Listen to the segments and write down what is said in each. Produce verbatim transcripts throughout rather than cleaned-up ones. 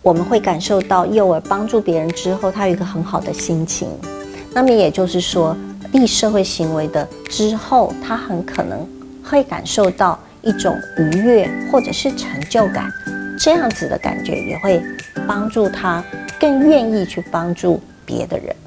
我们会感受到幼儿帮助别人之后，他有一个很好的心情。那么也就是说，利社会行为的之后，他很可能会感受到一种愉悦或者是成就感，这样子的感觉也会帮助他更愿意去帮助别的人。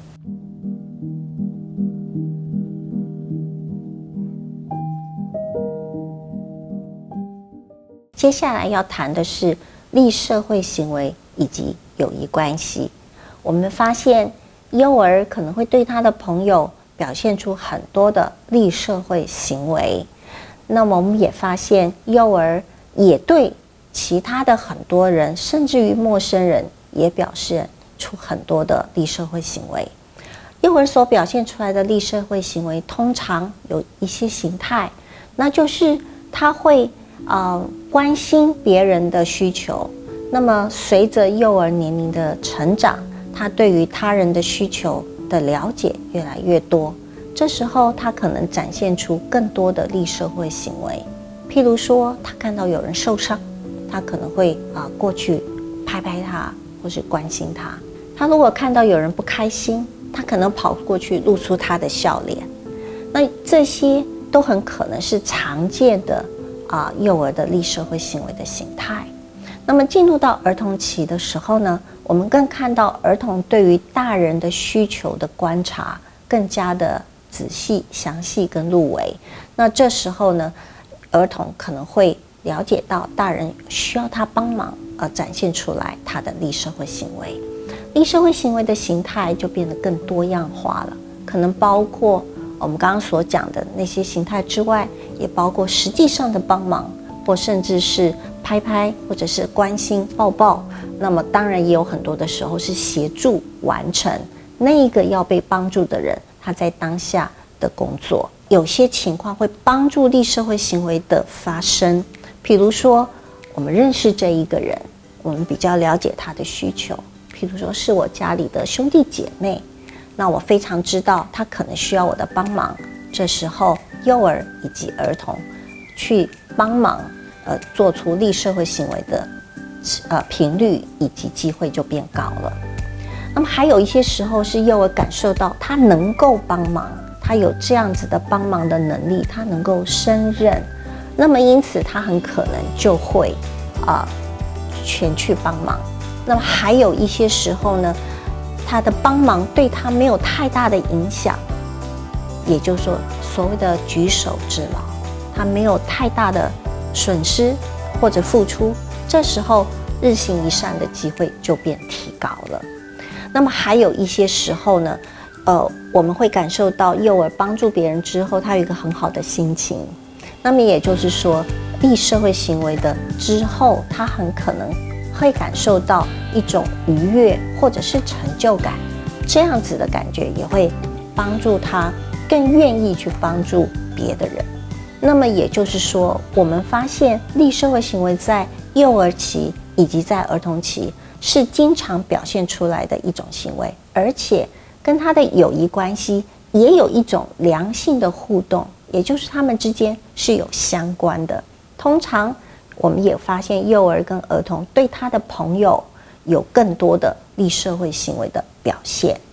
接下来要谈的是利社会行为以及友谊关系。我们发现幼儿可能会对他的朋友表现出很多的利社会行为，那么我们也发现幼儿也对其他的很多人，甚至于陌生人也表现出很多的利社会行为。幼儿所表现出来的利社会行为通常有一些形态，那就是他会呃关心别人的需求。那么随着幼儿年龄的成长，他对于他人的需求的了解越来越多，这时候他可能展现出更多的利社会行为。譬如说，他看到有人受伤，他可能会啊、呃、过去拍拍他，或是关心他。他如果看到有人不开心，他可能跑过去露出他的笑脸。那这些都很可能是常见的啊、呃、幼儿的利社会行为的形态。那么进入到儿童期的时候呢，我们更看到儿童对于大人的需求的观察更加的仔细、详细跟入微。那这时候呢，儿童可能会了解到大人需要他帮忙，而展现出来他的利社会行为。利社会行为的形态就变得更多样化了，可能包括我们刚刚所讲的那些形态之外，也包括实际上的帮忙，或甚至是拍拍，或者是关心抱抱。那么当然也有很多的时候是协助完成那一个要被帮助的人他在当下的工作。有些情况会帮助利社会行为的发生，譬如说我们认识这一个人，我们比较了解他的需求，譬如说是我家里的兄弟姐妹，那我非常知道他可能需要我的帮忙，这时候幼儿以及儿童去帮忙呃，做出利社会行为的呃频率以及机会就变高了。那么还有一些时候是幼儿感受到他能够帮忙，他有这样子的帮忙的能力，他能够胜任，那么因此他很可能就会啊、呃、全去帮忙。那么还有一些时候呢，他的帮忙对他没有太大的影响，也就是说所谓的举手之劳，他没有太大的损失或者付出，这时候日行一善的机会就变提高了。那么还有一些时候呢，呃，我们会感受到幼儿帮助别人之后，他有一个很好的心情。那么也就是说，利社会行为的之后，他很可能会感受到一种愉悦或者是成就感，这样子的感觉也会帮助他更愿意去帮助别的人。那么也就是说，我们发现利社会行为在幼儿期以及在儿童期是经常表现出来的一种行为，而且跟他的友谊关系也有一种良性的互动，也就是他们之间是有相关的。通常我们也发现幼儿跟儿童对他的朋友有更多的利社会行为的表现。